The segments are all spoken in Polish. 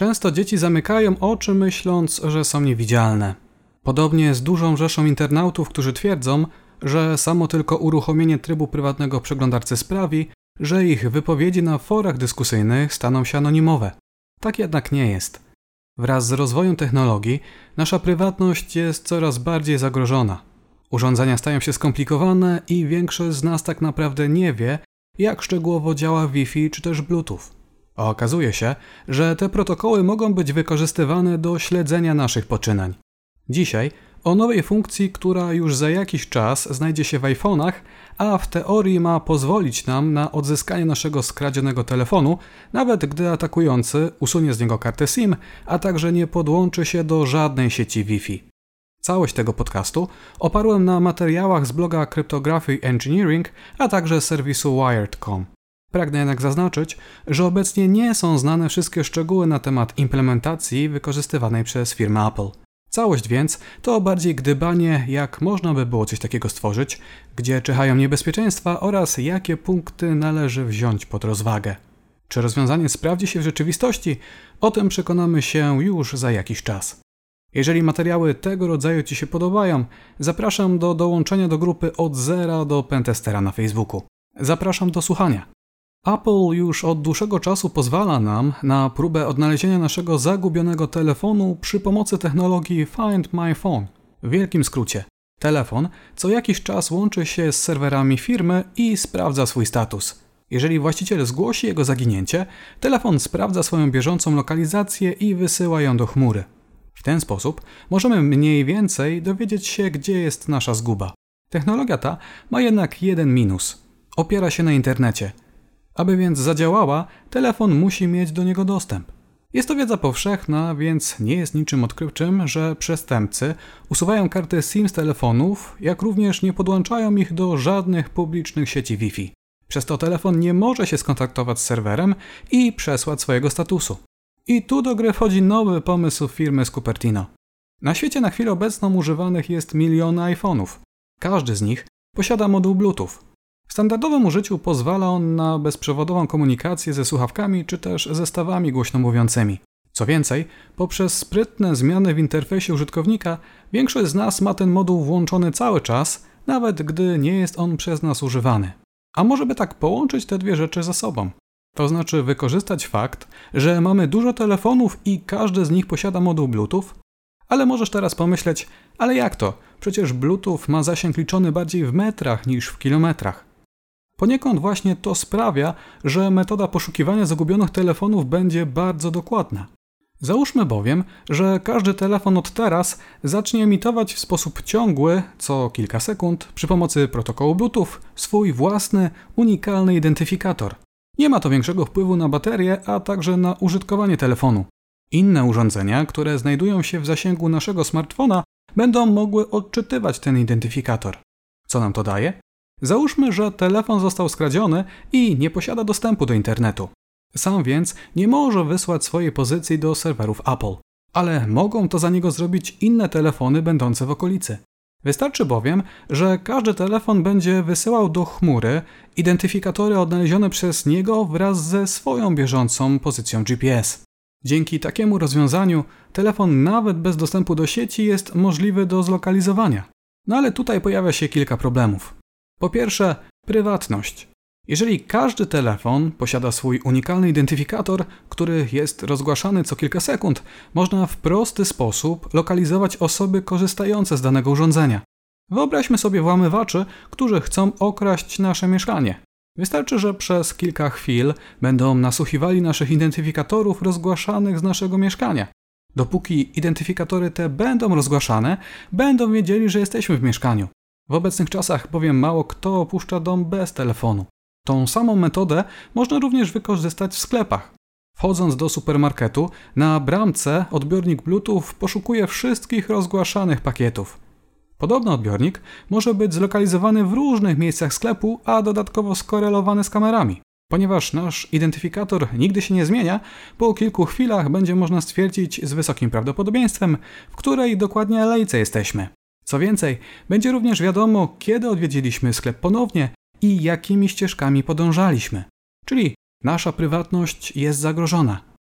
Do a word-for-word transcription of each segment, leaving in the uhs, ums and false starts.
Często dzieci zamykają oczy, myśląc, że są niewidzialne. Podobnie z dużą rzeszą internautów, którzy twierdzą, że samo tylko uruchomienie trybu prywatnego w przeglądarce sprawi, że ich wypowiedzi na forach dyskusyjnych staną się anonimowe. Tak jednak nie jest. Wraz z rozwojem technologii nasza prywatność jest coraz bardziej zagrożona. Urządzenia stają się skomplikowane i większość z nas tak naprawdę nie wie, jak szczegółowo działa Wi-Fi czy też Bluetooth. A okazuje się, że te protokoły mogą być wykorzystywane do śledzenia naszych poczynań. Dzisiaj o nowej funkcji, która już za jakiś czas znajdzie się w iPhone'ach, a w teorii ma pozwolić nam na odzyskanie naszego skradzionego telefonu, nawet gdy atakujący usunie z niego kartę SIM, a także nie podłączy się do żadnej sieci Wi-Fi. Całość tego podcastu oparłem na materiałach z bloga Cryptography Engineering, a także serwisu wired kropka com. Pragnę jednak zaznaczyć, że obecnie nie są znane wszystkie szczegóły na temat implementacji wykorzystywanej przez firmę Apple. Całość więc to bardziej gdybanie, jak można by było coś takiego stworzyć, gdzie czyhają niebezpieczeństwa oraz jakie punkty należy wziąć pod rozwagę. Czy rozwiązanie sprawdzi się w rzeczywistości? O tym przekonamy się już za jakiś czas. Jeżeli materiały tego rodzaju Ci się podobają, zapraszam do dołączenia do grupy Od Zera do Pentestera na Facebooku. Zapraszam do słuchania. Apple już od dłuższego czasu pozwala nam na próbę odnalezienia naszego zagubionego telefonu przy pomocy technologii Find My Phone. W wielkim skrócie, telefon co jakiś czas łączy się z serwerami firmy i sprawdza swój status. Jeżeli właściciel zgłosi jego zaginięcie, telefon sprawdza swoją bieżącą lokalizację i wysyła ją do chmury. W ten sposób możemy mniej więcej dowiedzieć się, gdzie jest nasza zguba. Technologia ta ma jednak jeden minus. Opiera się na internecie. Aby więc zadziałała, telefon musi mieć do niego dostęp. Jest to wiedza powszechna, więc nie jest niczym odkrywczym, że przestępcy usuwają karty SIM z telefonów, jak również nie podłączają ich do żadnych publicznych sieci Wi-Fi. Przez to telefon nie może się skontaktować z serwerem i przesłać swojego statusu. I tu do gry wchodzi nowy pomysł firmy z Cupertino. Na świecie na chwilę obecną używanych jest miliony iPhone'ów. Każdy z nich posiada moduł Bluetooth. W standardowym użyciu pozwala on na bezprzewodową komunikację ze słuchawkami czy też zestawami głośno mówiącymi. Co więcej, poprzez sprytne zmiany w interfejsie użytkownika większość z nas ma ten moduł włączony cały czas, nawet gdy nie jest on przez nas używany. A może by tak połączyć te dwie rzeczy ze sobą? To znaczy wykorzystać fakt, że mamy dużo telefonów i każdy z nich posiada moduł Bluetooth? Ale możesz teraz pomyśleć, ale jak to? Przecież Bluetooth ma zasięg liczony bardziej w metrach niż w kilometrach. Poniekąd właśnie to sprawia, że metoda poszukiwania zagubionych telefonów będzie bardzo dokładna. Załóżmy bowiem, że każdy telefon od teraz zacznie emitować w sposób ciągły, co kilka sekund, przy pomocy protokołu Bluetooth, swój własny, unikalny identyfikator. Nie ma to większego wpływu na baterię, a także na użytkowanie telefonu. Inne urządzenia, które znajdują się w zasięgu naszego smartfona, będą mogły odczytywać ten identyfikator. Co nam to daje? Załóżmy, że telefon został skradziony i nie posiada dostępu do internetu. Sam więc nie może wysłać swojej pozycji do serwerów Apple, ale mogą to za niego zrobić inne telefony będące w okolicy. Wystarczy bowiem, że każdy telefon będzie wysyłał do chmury identyfikatory odnalezione przez niego wraz ze swoją bieżącą pozycją G P S. Dzięki takiemu rozwiązaniu telefon nawet bez dostępu do sieci jest możliwy do zlokalizowania. No ale tutaj pojawia się kilka problemów. Po pierwsze, prywatność. Jeżeli każdy telefon posiada swój unikalny identyfikator, który jest rozgłaszany co kilka sekund, można w prosty sposób lokalizować osoby korzystające z danego urządzenia. Wyobraźmy sobie włamywaczy, którzy chcą okraść nasze mieszkanie. Wystarczy, że przez kilka chwil będą nasłuchiwali naszych identyfikatorów rozgłaszanych z naszego mieszkania. Dopóki identyfikatory te będą rozgłaszane, będą wiedzieli, że jesteśmy w mieszkaniu. W obecnych czasach bowiem mało kto opuszcza dom bez telefonu. Tą samą metodę można również wykorzystać w sklepach. Wchodząc do supermarketu, na bramce odbiornik Bluetooth poszukuje wszystkich rozgłaszanych pakietów. Podobny odbiornik może być zlokalizowany w różnych miejscach sklepu, a dodatkowo skorelowany z kamerami. Ponieważ nasz identyfikator nigdy się nie zmienia, po kilku chwilach będzie można stwierdzić z wysokim prawdopodobieństwem, w której dokładnie alejce jesteśmy. Co więcej, będzie również wiadomo, kiedy odwiedziliśmy sklep ponownie i jakimi ścieżkami podążaliśmy. Czyli nasza prywatność jest zagrożona.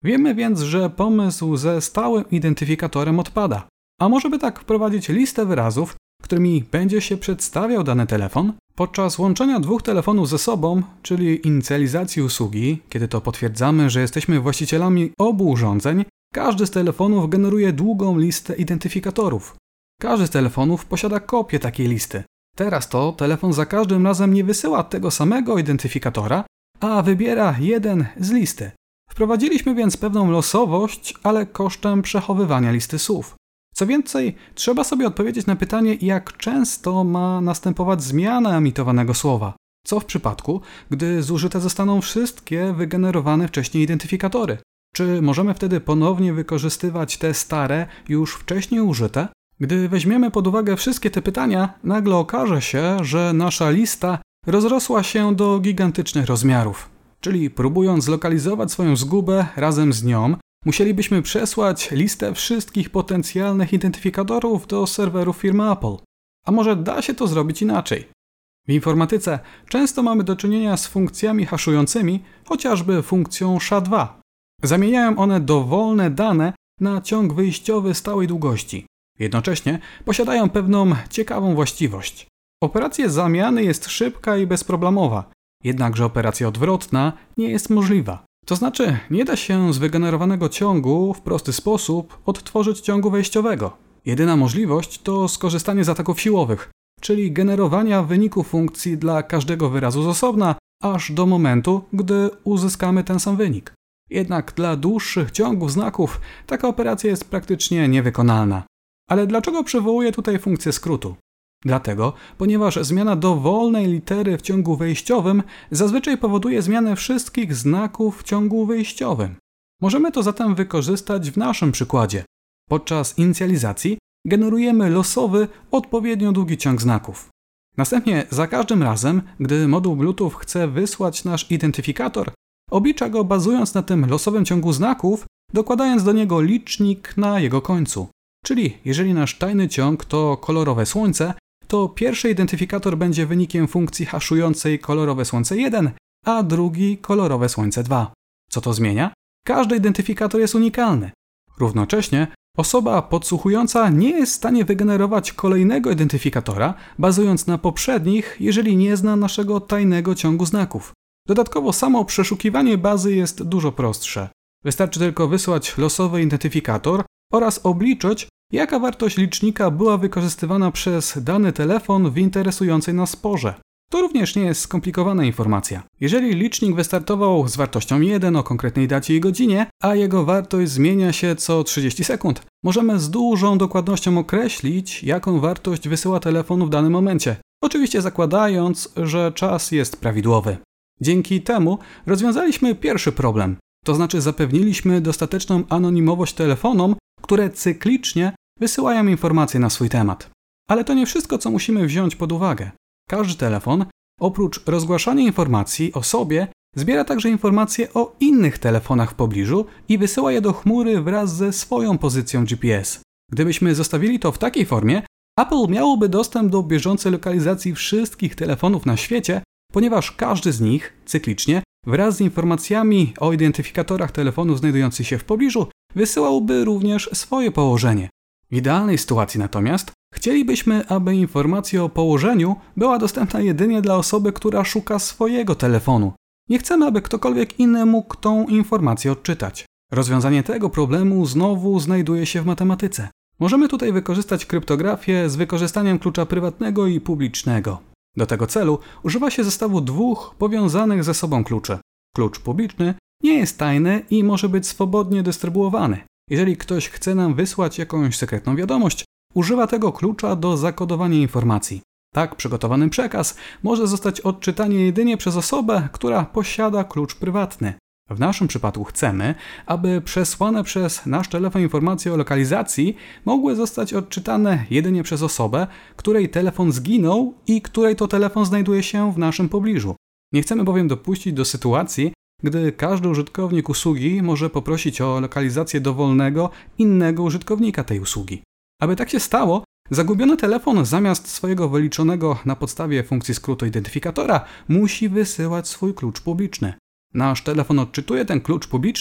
Wiemy więc, że pomysł ze stałym identyfikatorem odpada. A może by tak wprowadzić listę wyrazów, którymi będzie się przedstawiał dany telefon? Podczas łączenia dwóch telefonów ze sobą, czyli inicjalizacji usługi, kiedy to potwierdzamy, że jesteśmy właścicielami obu urządzeń, każdy z telefonów generuje długą listę identyfikatorów. Każdy z telefonów posiada kopię takiej listy. Teraz to telefon za każdym razem nie wysyła tego samego identyfikatora, a wybiera jeden z listy. Wprowadziliśmy więc pewną losowość, ale kosztem przechowywania listy słów. Co więcej, trzeba sobie odpowiedzieć na pytanie, jak często ma następować zmiana emitowanego słowa. Co w przypadku, gdy zużyte zostaną wszystkie wygenerowane wcześniej identyfikatory? Czy możemy wtedy ponownie wykorzystywać te stare, już wcześniej użyte? Gdy weźmiemy pod uwagę wszystkie te pytania, nagle okaże się, że nasza lista rozrosła się do gigantycznych rozmiarów. Czyli próbując zlokalizować swoją zgubę razem z nią, musielibyśmy przesłać listę wszystkich potencjalnych identyfikatorów do serwerów firmy Apple. A może da się to zrobić inaczej? W informatyce często mamy do czynienia z funkcjami haszującymi, chociażby funkcją S H A dwa. Zamieniają one dowolne dane na ciąg wyjściowy stałej długości. Jednocześnie posiadają pewną ciekawą właściwość. Operacja zamiany jest szybka i bezproblemowa, jednakże operacja odwrotna nie jest możliwa. To znaczy, nie da się z wygenerowanego ciągu w prosty sposób odtworzyć ciągu wejściowego. Jedyna możliwość to skorzystanie z ataków siłowych, czyli generowania wyniku funkcji dla każdego wyrazu z osobna, aż do momentu, gdy uzyskamy ten sam wynik. Jednak dla dłuższych ciągów znaków taka operacja jest praktycznie niewykonalna. Ale dlaczego przywołuję tutaj funkcję skrótu? Dlatego, ponieważ zmiana dowolnej litery w ciągu wejściowym zazwyczaj powoduje zmianę wszystkich znaków w ciągu wyjściowym. Możemy to zatem wykorzystać w naszym przykładzie. Podczas inicjalizacji generujemy losowy, odpowiednio długi ciąg znaków. Następnie za każdym razem, gdy moduł Bluetooth chce wysłać nasz identyfikator, oblicza go bazując na tym losowym ciągu znaków, dokładając do niego licznik na jego końcu. Czyli jeżeli nasz tajny ciąg to kolorowe słońce, to pierwszy identyfikator będzie wynikiem funkcji haszującej kolorowe słońce jeden, a drugi kolorowe słońce dwa. Co to zmienia? Każdy identyfikator jest unikalny. Równocześnie osoba podsłuchująca nie jest w stanie wygenerować kolejnego identyfikatora, bazując na poprzednich, jeżeli nie zna naszego tajnego ciągu znaków. Dodatkowo samo przeszukiwanie bazy jest dużo prostsze. Wystarczy tylko wysłać losowy identyfikator oraz obliczyć, jaka wartość licznika była wykorzystywana przez dany telefon w interesującej nas porze. To również nie jest skomplikowana informacja. Jeżeli licznik wystartował z wartością jeden o konkretnej dacie i godzinie, a jego wartość zmienia się co trzydzieści sekund, możemy z dużą dokładnością określić, jaką wartość wysyła telefon w danym momencie. Oczywiście zakładając, że czas jest prawidłowy. Dzięki temu rozwiązaliśmy pierwszy problem, to znaczy zapewniliśmy dostateczną anonimowość telefonom, które cyklicznie wysyłają informacje na swój temat. Ale to nie wszystko, co musimy wziąć pod uwagę. Każdy telefon, oprócz rozgłaszania informacji o sobie, zbiera także informacje o innych telefonach w pobliżu i wysyła je do chmury wraz ze swoją pozycją G P S. Gdybyśmy zostawili to w takiej formie, Apple miałoby dostęp do bieżącej lokalizacji wszystkich telefonów na świecie, ponieważ każdy z nich, cyklicznie, wraz z informacjami o identyfikatorach telefonów znajdujących się w pobliżu, wysyłałby również swoje położenie. W idealnej sytuacji natomiast chcielibyśmy, aby informacja o położeniu była dostępna jedynie dla osoby, która szuka swojego telefonu. Nie chcemy, aby ktokolwiek inny mógł tą informację odczytać. Rozwiązanie tego problemu znowu znajduje się w matematyce. Możemy tutaj wykorzystać kryptografię z wykorzystaniem klucza prywatnego i publicznego. Do tego celu używa się zestawu dwóch powiązanych ze sobą kluczy. Klucz publiczny nie jest tajny i może być swobodnie dystrybuowany. Jeżeli ktoś chce nam wysłać jakąś sekretną wiadomość, używa tego klucza do zakodowania informacji. Tak przygotowany przekaz może zostać odczytany jedynie przez osobę, która posiada klucz prywatny. W naszym przypadku chcemy, aby przesłane przez nasz telefon informacje o lokalizacji mogły zostać odczytane jedynie przez osobę, której telefon zginął i której to telefon znajduje się w naszym pobliżu. Nie chcemy bowiem dopuścić do sytuacji, gdy każdy użytkownik usługi może poprosić o lokalizację dowolnego, innego użytkownika tej usługi. Aby tak się stało, zagubiony telefon zamiast swojego wyliczonego na podstawie funkcji skrótu identyfikatora musi wysyłać swój klucz publiczny. Nasz telefon odczytuje ten klucz publiczny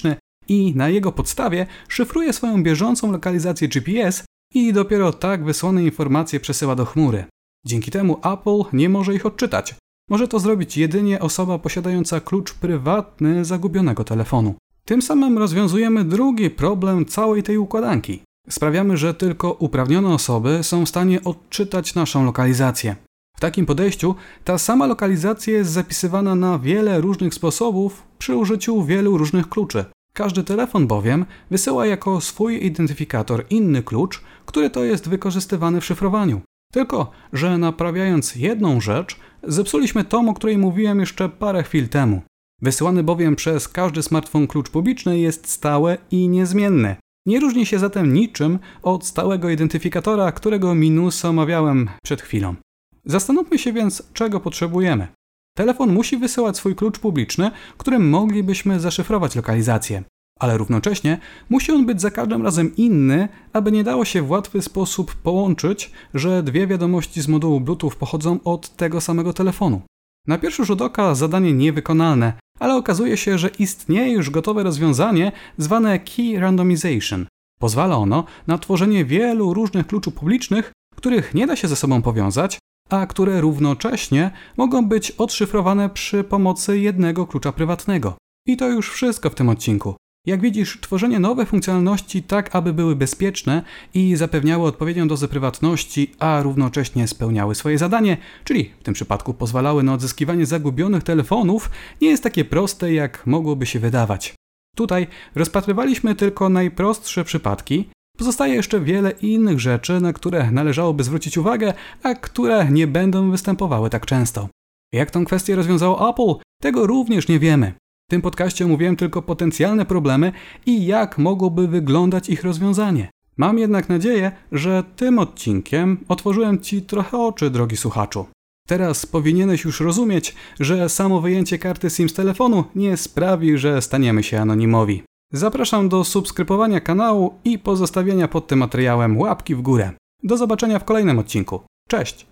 i na jego podstawie szyfruje swoją bieżącą lokalizację G P S i dopiero tak wysłane informacje przesyła do chmury. Dzięki temu Apple nie może ich odczytać. Może to zrobić jedynie osoba posiadająca klucz prywatny zagubionego telefonu. Tym samym rozwiązujemy drugi problem całej tej układanki. Sprawiamy, że tylko uprawnione osoby są w stanie odczytać naszą lokalizację. W takim podejściu ta sama lokalizacja jest zapisywana na wiele różnych sposobów przy użyciu wielu różnych kluczy. Każdy telefon bowiem wysyła jako swój identyfikator inny klucz, który to jest wykorzystywany w szyfrowaniu. Tylko że naprawiając jedną rzecz, zepsuliśmy tą, o której mówiłem jeszcze parę chwil temu. Wysyłany bowiem przez każdy smartfon klucz publiczny jest stały i niezmienny. Nie różni się zatem niczym od stałego identyfikatora, którego minusy omawiałem przed chwilą. Zastanówmy się więc, czego potrzebujemy. Telefon musi wysyłać swój klucz publiczny, którym moglibyśmy zaszyfrować lokalizację. Ale równocześnie musi on być za każdym razem inny, aby nie dało się w łatwy sposób połączyć, że dwie wiadomości z modułu Bluetooth pochodzą od tego samego telefonu. Na pierwszy rzut oka zadanie niewykonalne, ale okazuje się, że istnieje już gotowe rozwiązanie zwane Key Randomization. Pozwala ono na tworzenie wielu różnych kluczów publicznych, których nie da się ze sobą powiązać, a które równocześnie mogą być odszyfrowane przy pomocy jednego klucza prywatnego. I to już wszystko w tym odcinku. Jak widzisz, tworzenie nowych funkcjonalności tak, aby były bezpieczne i zapewniały odpowiednią dozę prywatności, a równocześnie spełniały swoje zadanie, czyli w tym przypadku pozwalały na odzyskiwanie zagubionych telefonów, nie jest takie proste, jak mogłoby się wydawać. Tutaj rozpatrywaliśmy tylko najprostsze przypadki. Pozostaje jeszcze wiele innych rzeczy, na które należałoby zwrócić uwagę, a które nie będą występowały tak często. Jak tę kwestię rozwiązało Apple, tego również nie wiemy. W tym podcaście omówiłem tylko potencjalne problemy i jak mogłoby wyglądać ich rozwiązanie. Mam jednak nadzieję, że tym odcinkiem otworzyłem Ci trochę oczy, drogi słuchaczu. Teraz powinieneś już rozumieć, że samo wyjęcie karty SIM z telefonu nie sprawi, że staniemy się anonimowi. Zapraszam do subskrybowania kanału i pozostawienia pod tym materiałem łapki w górę. Do zobaczenia w kolejnym odcinku. Cześć!